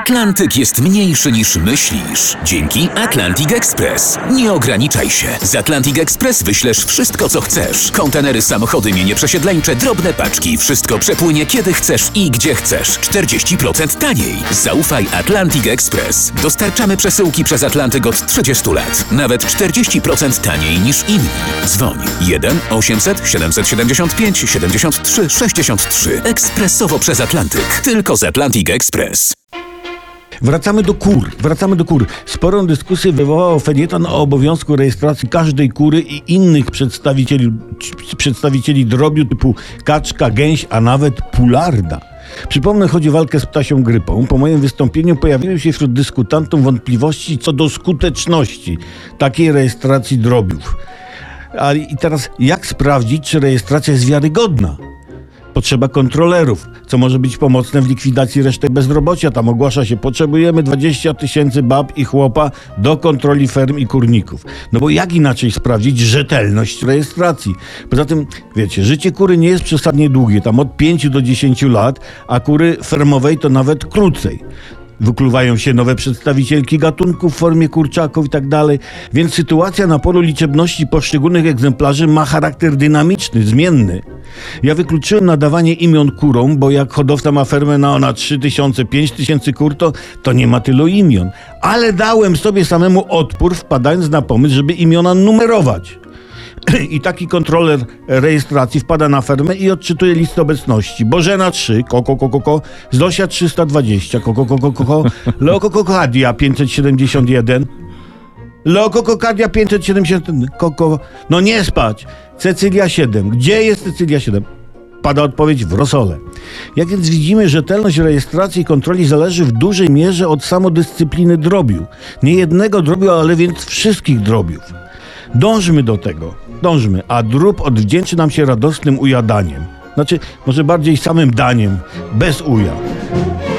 Atlantyk jest mniejszy niż myślisz. Dzięki Atlantic Express. Nie ograniczaj się. Z Atlantic Express wyślesz wszystko, co chcesz. Kontenery, samochody, mienie przesiedleńcze, drobne paczki. Wszystko przepłynie kiedy chcesz i gdzie chcesz. 40% taniej. Zaufaj Atlantic Express. Dostarczamy przesyłki przez Atlantyk od 30 lat. Nawet 40% taniej niż inni. Dzwoń 1 800 775 73 63. Ekspresowo przez Atlantyk. Tylko z Atlantic Express. Wracamy do kur. Sporą dyskusję wywołał felieton o obowiązku rejestracji każdej kury i innych przedstawicieli drobiu typu kaczka, gęś, a nawet pularda. Przypomnę, chodzi o walkę z ptasią grypą. Po moim wystąpieniu pojawiły się wśród dyskutantów wątpliwości co do skuteczności takiej rejestracji drobiów. I teraz jak sprawdzić, czy rejestracja jest wiarygodna? Potrzeba kontrolerów, co może być pomocne w likwidacji resztek bezrobocia. Tam ogłasza się, potrzebujemy 20 000 bab i chłopa do kontroli ferm i kurników. No bo jak inaczej sprawdzić rzetelność rejestracji? Poza tym, wiecie, życie kury nie jest przesadnie długie, tam od 5 do 10 lat, a kury fermowej to nawet krócej. Wykluwają się nowe przedstawicielki gatunków w formie kurczaków i tak dalej, więc sytuacja na polu liczebności poszczególnych egzemplarzy ma charakter dynamiczny, zmienny. Ja wykluczyłem nadawanie imion kurom, bo jak hodowca ma fermę na 3000, 5000 kur, to nie ma tylu imion. Ale dałem sobie samemu odpór, wpadając na pomysł, żeby imiona numerować. I taki kontroler rejestracji wpada na fermę i odczytuje listę obecności. Bożena 3, Zosia 320, Leokokokadia 571, Leokokokadia 571, no nie spać, Cecylia 7. Gdzie jest Cecylia 7? Pada odpowiedź w rosole. Jak więc widzimy, rzetelność rejestracji i kontroli zależy w dużej mierze od samodyscypliny drobiu. Nie jednego drobiu, ale więc wszystkich drobiów. Dążmy do tego, a drób odwdzięczy nam się radosnym ujadaniem. Znaczy, może bardziej samym daniem, bez uja.